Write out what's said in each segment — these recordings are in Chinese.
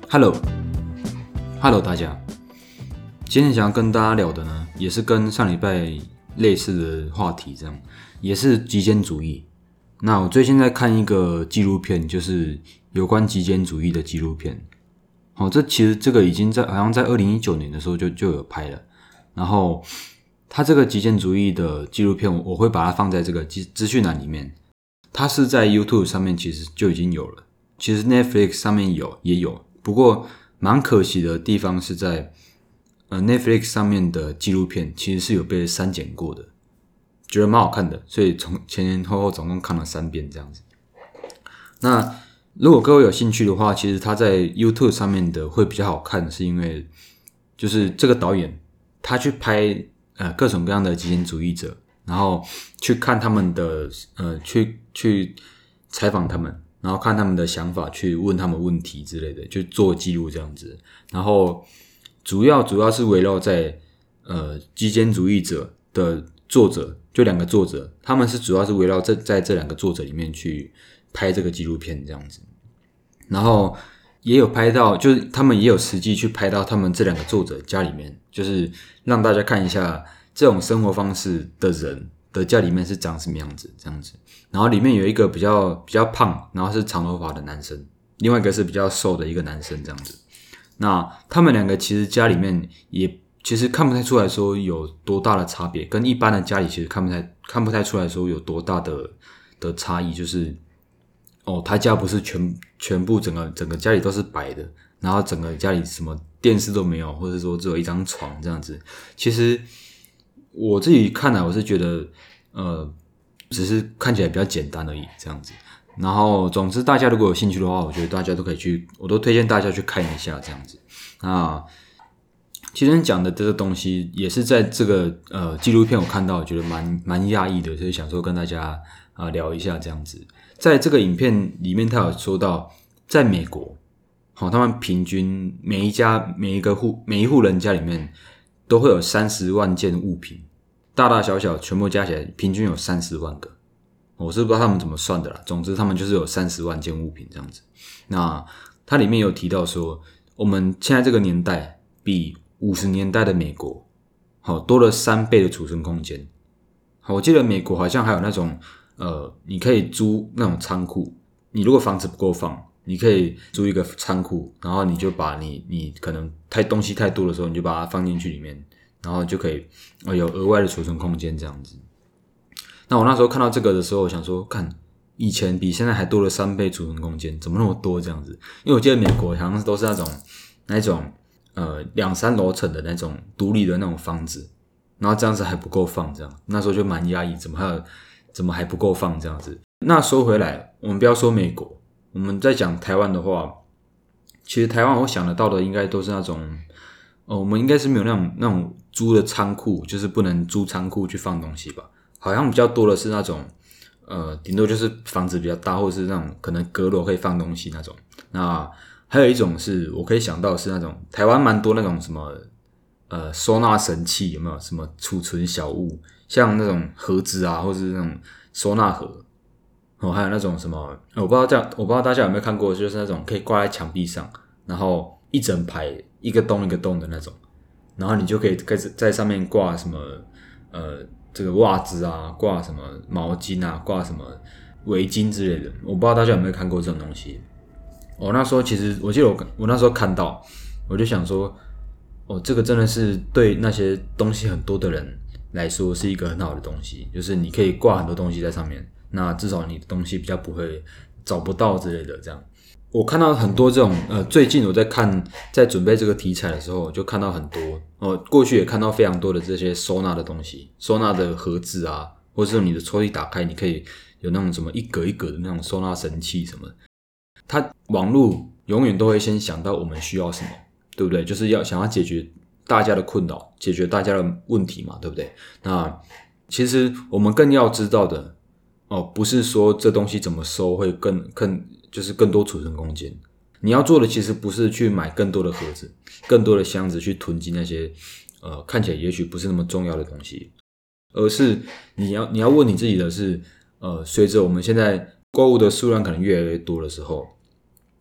Hello，大家，今天想要跟大家聊的呢，也是跟上礼拜类似的话题，这样也是极简主义。那我最近在看一个纪录片，就是有关极简主义的纪录片。其实这个已经好像在2019年的时候就有拍了。然后它这个极简主义的纪录片，我会把它放在这个资讯栏里面。它是在 YouTube 上面其实就已经有了，其实 Netflix 上面也有，不过蛮可惜的地方是在Netflix 上面的纪录片其实是有被删减过的，觉得蛮好看的，所以从前后总共看了3遍这样子。那如果各位有兴趣的话，其实他在 YouTube 上面的会比较好看，是因为就是这个导演他去拍各种各样的极简主义者，然后去看他们的去采访他们，然后看他们的想法，去问他们问题之类的，就做记录这样子。然后主要是围绕在极简主义者的作者，就2个作者，他们主要是围绕在这2个作者里面去拍这个纪录片这样子。然后也有拍到，就是他们也有实际去拍到他们这2个作者家里面，就是让大家看一下这种生活方式的人的家里面是长什么样子这样子。然后里面有一个比较胖，然后是长头发的男生，另外一个是比较瘦的一个男生这样子。那他们2个其实家里面也其实看不太出来说有多大的差别，跟一般的家里其实看不太出来说有多大的差异，就是他家不是全部整个家里都是白的，然后整个家里什么电视都没有，或者说只有一张床这样子。其实我自己看来，我是觉得只是看起来比较简单而已这样子。然后总之大家如果有兴趣的话，我觉得大家都可以去，我都推荐大家去看一下这样子。那其实讲的这个东西也是在这个纪录片我看到，我觉得蛮讶异的，所以想说跟大家聊一下这样子。在这个影片里面，他有说到，在美国，他们平均每一户人家里面都会有30万件物品，大大小小全部加起来，平均有30万个。我是不知道他们怎么算的啦，总之他们就是有30万件物品这样子。那它里面有提到说，我们现在这个年代比50年代的美国多了3倍的储存空间。我记得美国好像还有那种你可以租那种仓库，你如果房子不够放，你可以租一个仓库，然后你就把你可能东西太多的时候，你就把它放进去里面，然后就可以有额外的储存空间这样子。那我那时候看到这个的时候，我想说，看以前比现在还多了3倍储存空间，怎么那么多这样子？因为我记得美国好像都是那种2-3楼层的那种独立的那种房子，然后这样子还不够放，这样那时候就蛮压抑，怎么还不够放这样子？那说回来，我们不要说美国，我们在讲台湾的话，其实台湾我想得到的应该都是那种我们应该是没有那种租的仓库，就是不能租仓库去放东西吧。好像比较多的是那种顶多就是房子比较大，或者是那种可能阁楼可以放东西那种。那还有一种是我可以想到的是那种台湾蛮多那种什么收纳神器，有没有什么储存小物，像那种盒子啊，或者是那种收纳盒还有那种什么我不知道大家有没有看过，就是那种可以挂在墙壁上，然后一整排一个洞一个洞的那种，然后你就可以开始在上面挂什么这个袜子啊，挂什么毛巾啊，挂什么围巾之类的。我不知道大家有没有看过这种东西。那时候其实我记得我那时候看到，我就想说这个真的是对那些东西很多的人来说是一个很好的东西，就是你可以挂很多东西在上面，那至少你的东西比较不会找不到之类的这样。我看到很多这种最近我在准备这个题材的时候，我就看到很多过去也看到非常多的这些收纳的东西，收纳的盒子啊，或者是你的抽屉打开，你可以有那种什么一格一格的那种收纳神器什么的。它网络永远都会先想到我们需要什么，对不对？就是想要解决大家的困扰，解决大家的问题嘛，对不对？那其实我们更要知道的不是说这东西怎么收会就是更多储存空间。你要做的其实不是去买更多的盒子，更多的箱子去囤积那些看起来也许不是那么重要的东西，而是你要问你自己的是随着我们现在购物的数量可能越来越多的时候，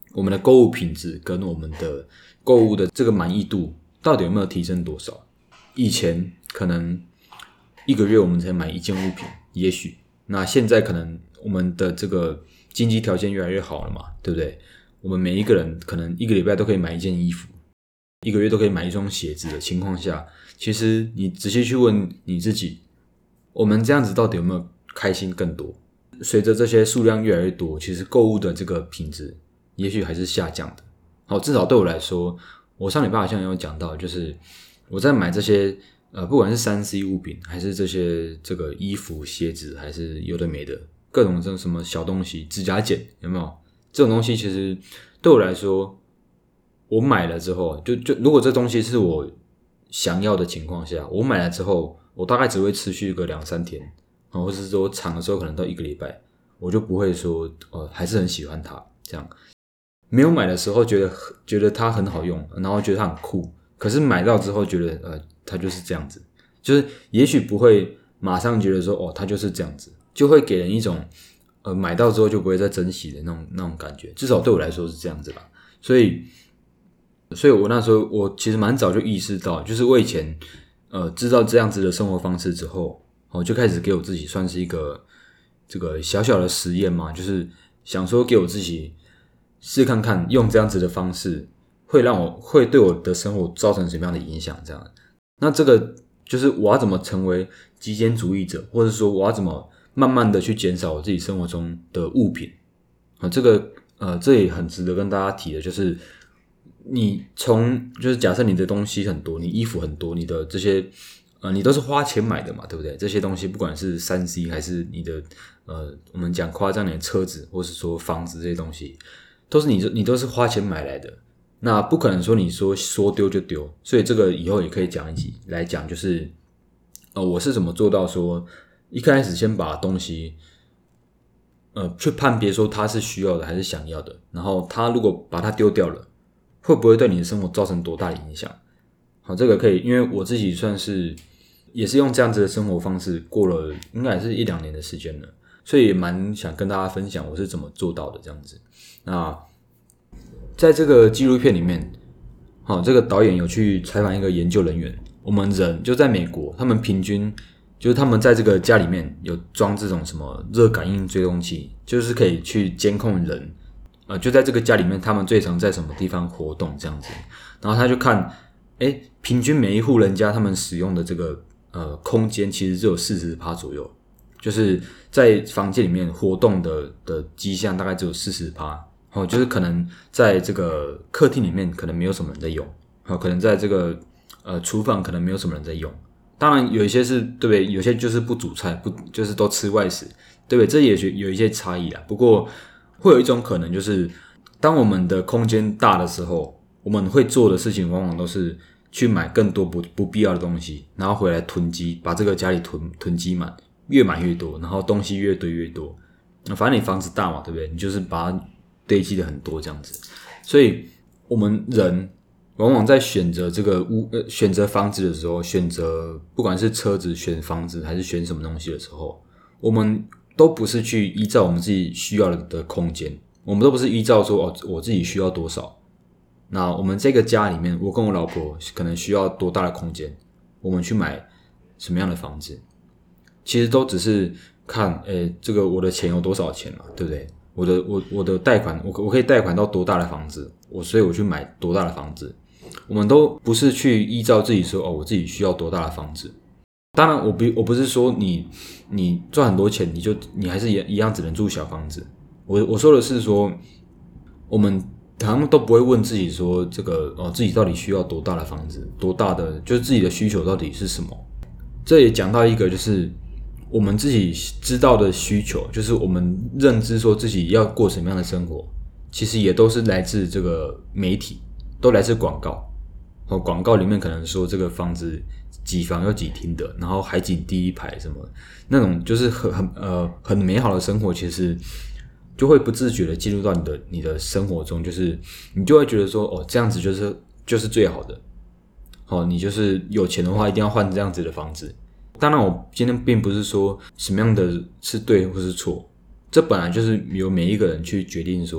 我们的购物品质跟我们的购物的这个满意度到底有没有提升多少。以前可能一个月我们才买一件物品，也许那现在可能我们的这个经济条件越来越好了嘛，对不对？我们每一个人可能一个礼拜都可以买一件衣服，一个月都可以买一双鞋子的情况下，其实你仔细去问你自己，我们这样子到底有没有开心更多？随着这些数量越来越多，其实购物的这个品质也许还是下降的。好，至少对我来说，我上礼拜好像有讲到，就是我在买这些不管是 3C 物品，还是这个衣服、鞋子，还是有的没的各种这种什么小东西，指甲剪有没有？这种东西其实对我来说，我买了之后，就如果这东西是我想要的情况下，我买了之后，我大概只会持续个2-3天，或是说长的时候可能到1个礼拜，我就不会说还是很喜欢它这样。没有买的时候觉得它很好用，然后觉得它很酷，可是买到之后觉得它就是这样子，就是也许不会马上觉得说它就是这样子，就会给人一种买到之后就不会再珍惜的那种感觉，至少对我来说是这样子啦。所以我那时候我其实蛮早就意识到，就是我以前知道这样子的生活方式之后，我就开始给我自己算是一个这个小小的实验嘛，就是想说给我自己试看看用这样子的方式会对我的生活造成什么样的影响这样。那这个就是我要怎么成为极简主义者，或者说我要怎么慢慢的去减少我自己生活中的物品这也很值得跟大家提的，就是你就是假设你的东西很多，你衣服很多，你的这些你都是花钱买的嘛，对不对？这些东西不管是 3C 还是你的我们讲夸张点的车子，或是说房子，这些东西都是你都是花钱买来的，那不可能说你说丢就丢。所以这个以后也可以讲一集来讲，就是我是怎么做到说一开始先把东西去判别说他是需要的还是想要的，然后他如果把它丢掉了，会不会对你的生活造成多大的影响？好，这个可以，因为我自己算是也是用这样子的生活方式过了应该也是1-2年的时间了，所以也蛮想跟大家分享我是怎么做到的这样子。那在这个纪录片里面，这个导演有去采访一个研究人员，我们人就在美国，他们平均就是他们在这个家里面有装这种什么热感应追踪器，就是可以去监控人就在这个家里面他们最常在什么地方活动这样子。然后他就看平均每一户人家他们使用的这个空间其实只有 40% 左右，就是在房间里面活动的迹象大概只有 40%，就是可能在这个客厅里面可能没有什么人在用，可能在这个厨房可能没有什么人在用。当然有一些是对不对，有些就是不煮菜，不就是都吃外食，对不对？这也有一些差异啦。不过会有一种可能，就是当我们的空间大的时候，我们会做的事情往往都是去买更多不必要的东西，然后回来囤积，把这个家里囤积满，越买越多，然后东西越堆越多。反正你房子大嘛，对不对？你就是把它堆积的很多这样子。所以我们人往往在选择这个选择房子的时候，选择不管是车子、选房子还是选什么东西的时候，我们都不是去依照我们自己需要的空间，我们都不是依照说我自己需要多少。那我们这个家里面，我跟我老婆可能需要多大的空间，我们去买什么样的房子，其实都只是看这个我的钱有多少钱嘛，对不对？我的贷款我可以贷款到多大的房子，所以我去买多大的房子。我们都不是去依照自己说我自己需要多大的房子。当然我不是说你赚很多钱你还是一样只能住小房子。我说的是说我们好像都不会问自己说这个自己到底需要多大的房子，多大的就是自己的需求到底是什么。这也讲到一个就是我们自己知道的需求，就是我们认知说自己要过什么样的生活，其实也都是来自这个媒体，都来自广告。广告里面可能说这个房子几房有几厅的，然后海景第一排什么那种，就是很美好的生活，其实就会不自觉的进入到你的生活中，就是你就会觉得说这样子就是最好的。你就是有钱的话一定要换这样子的房子。当然我今天并不是说什么样的是对或是错，这本来就是由每一个人去决定说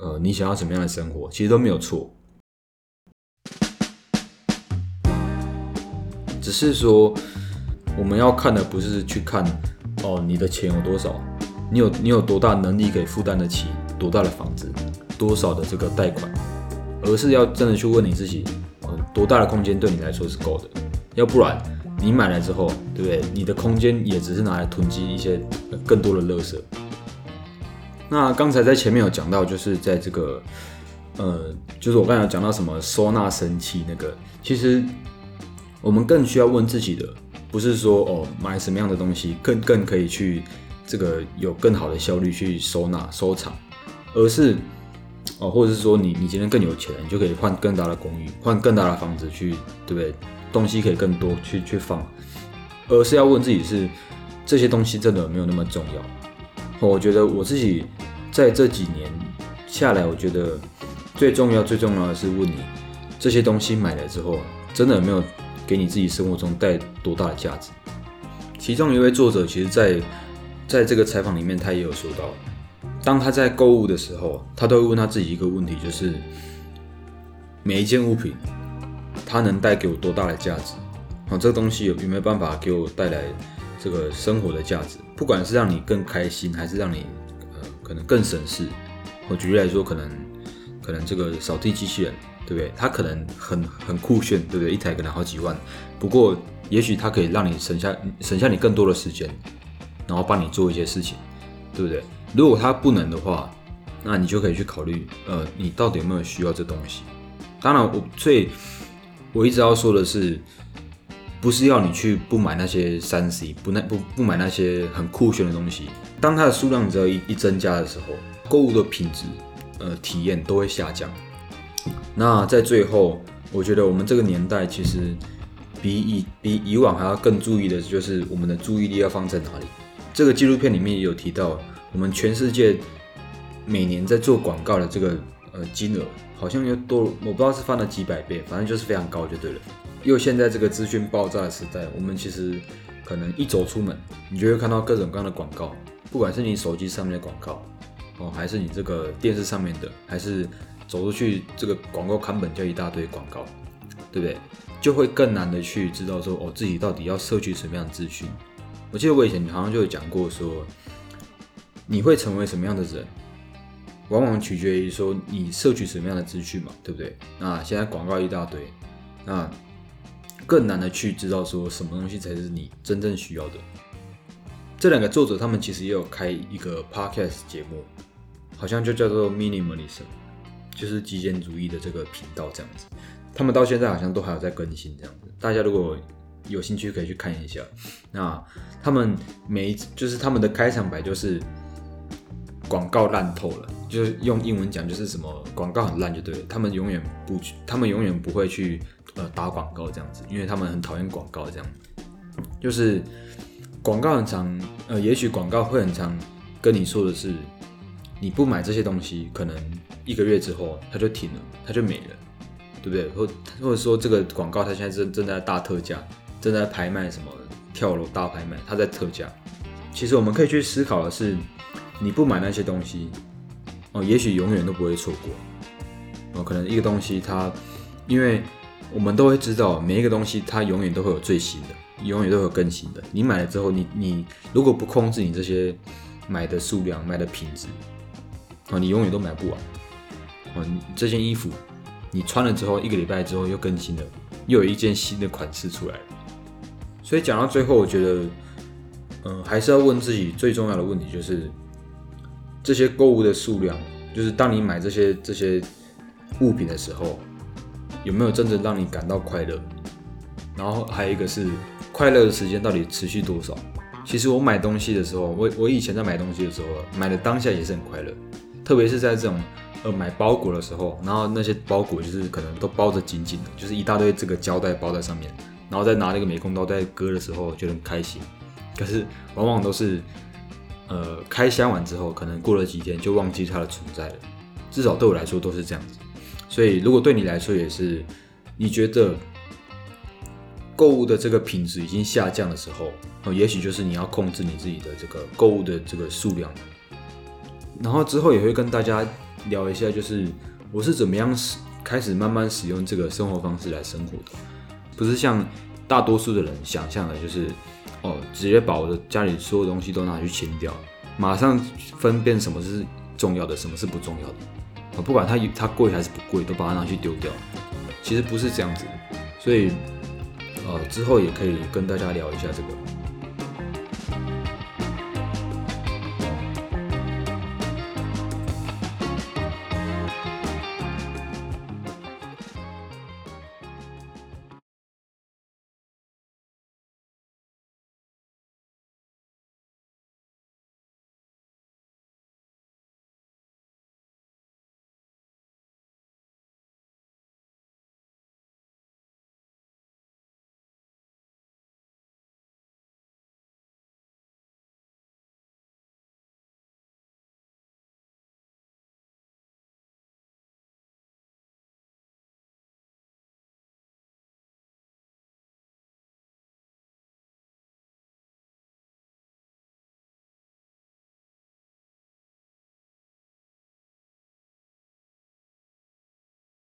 你想要什么样的生活，其实都没有错。只是说我们要看的不是去看你的钱有多少，你有多大能力可以负担得起多大的房子，多少的这个贷款，而是要真的去问你自己，多大的空间对你来说是够的，要不然你买来之后，对不对？你的空间也只是拿来囤积一些更多的垃圾。那刚才在前面有讲到，就是在这个就是我刚才有讲到什么收纳神器那个，其实我们更需要问自己的，不是说买什么样的东西更可以去这个有更好的效率去收纳收藏，而是或者是说你今天更有钱，你就可以换更大的公寓，换更大的房子去，对不对？东西可以更多去放，而是要问自己是这些东西真的有没有那么重要？我觉得我自己在这几年下来，我觉得最重要的是问你这些东西买了之后，真的有没有给你自己生活中带多大的价值？其中一位作者其实在这个采访里面，他也有说到，当他在购物的时候，他都会问他自己一个问题，就是每一件物品它能带给我多大的价值？这个东西有没有办法给我带来这个生活的价值？不管是让你更开心，还是让你可能更省事。我举例来说，可能这个扫地机器人，对不对？它可能很酷炫，对不对？一台可能好几万，不过也许它可以让你省下你更多的时间，然后帮你做一些事情，对不对？如果它不能的话，那你就可以去考虑，你到底有没有需要这东西？当然，我一直要说的是，不是要你去不买那些3C， 不买那些很酷炫的东西。当它的数量只要一增加的时候，购物的品质、体验都会下降。那在最后，我觉得我们这个年代其实比以往还要更注意的就是我们的注意力要放在哪里。这个纪录片里面也有提到，我们全世界每年在做广告的这个金额，好像又多，我不知道是翻了几百倍，反正就是非常高就对了。因为现在这个资讯爆炸的时代，我们其实可能一走出门，你就会看到各种各样的广告，不管是你手机上面的广告，还是你这个电视上面的，还是走出去这个广告看本就一大堆广告，对不对？就会更难的去知道说，自己到底要摄取什么样的资讯。我记得我以前好像就有讲过说，你会成为什么样的人，往往取决于说你摄取什么样的资讯嘛，对不对？那现在广告一大堆，那更难的去知道说什么东西才是你真正需要的。这两个作者他们其实也有开一个 podcast 节目，好像就叫做 Minimalism， 就是极简主义的这个频道这样子。他们到现在好像都还有在更新这样子，大家如果有兴趣可以去看一下。那他们就是他们的开场白就是广告烂透了，就是用英文讲就是什么广告很烂就对了。他们永远不会去打广告这样子，因为他们很讨厌广告这样。就是广告很常也许广告会很常跟你说的是，你不买这些东西，可能1个月之后它就停了，它就没了，对不对？或者说这个广告它现在正在大特价，正在拍卖什么跳楼大拍卖，它在特价。其实我们可以去思考的是，你不买那些东西，也许永远都不会错过。可能一个东西它，因为我们都会知道，每一个东西它永远都会有最新的，永远都会有更新的。你买了之后，你如果不控制你这些买的数量、买的品质，你永远都买不完。这件衣服你穿了之后，1个礼拜之后又更新了，又有一件新的款式出来了。所以讲到最后，我觉得，还是要问自己最重要的问题，就是这些购物的数量，就是当你买这些物品的时候，有没有真的让你感到快乐？然后还有一个是快乐的时间到底持续多少？其实我买东西的时候，我以前在买东西的时候，买的当下也是很快乐，特别是在这种买包裹的时候，然后那些包裹就是可能都包得紧紧的，就是一大堆这个胶带包在上面，然后再拿那个美工刀在割的时候觉得很开心。可是往往都是开箱完之后，可能过了几天就忘记它的存在了，至少对我来说都是这样子。所以如果对你来说也是，你觉得购物的这个品质已经下降的时候，也许就是你要控制你自己的这个购物的这个数量。然后之后也会跟大家聊一下，就是我是怎么样开始慢慢使用这个生活方式来生活的，不是像大多数的人想象的，就是直接把我的家里所有东西都拿去清掉，马上分辨什么是重要的，什么是不重要的，不管它贵还是不贵，都把它拿去丢掉。其实不是这样子的，所以之后也可以跟大家聊一下这个。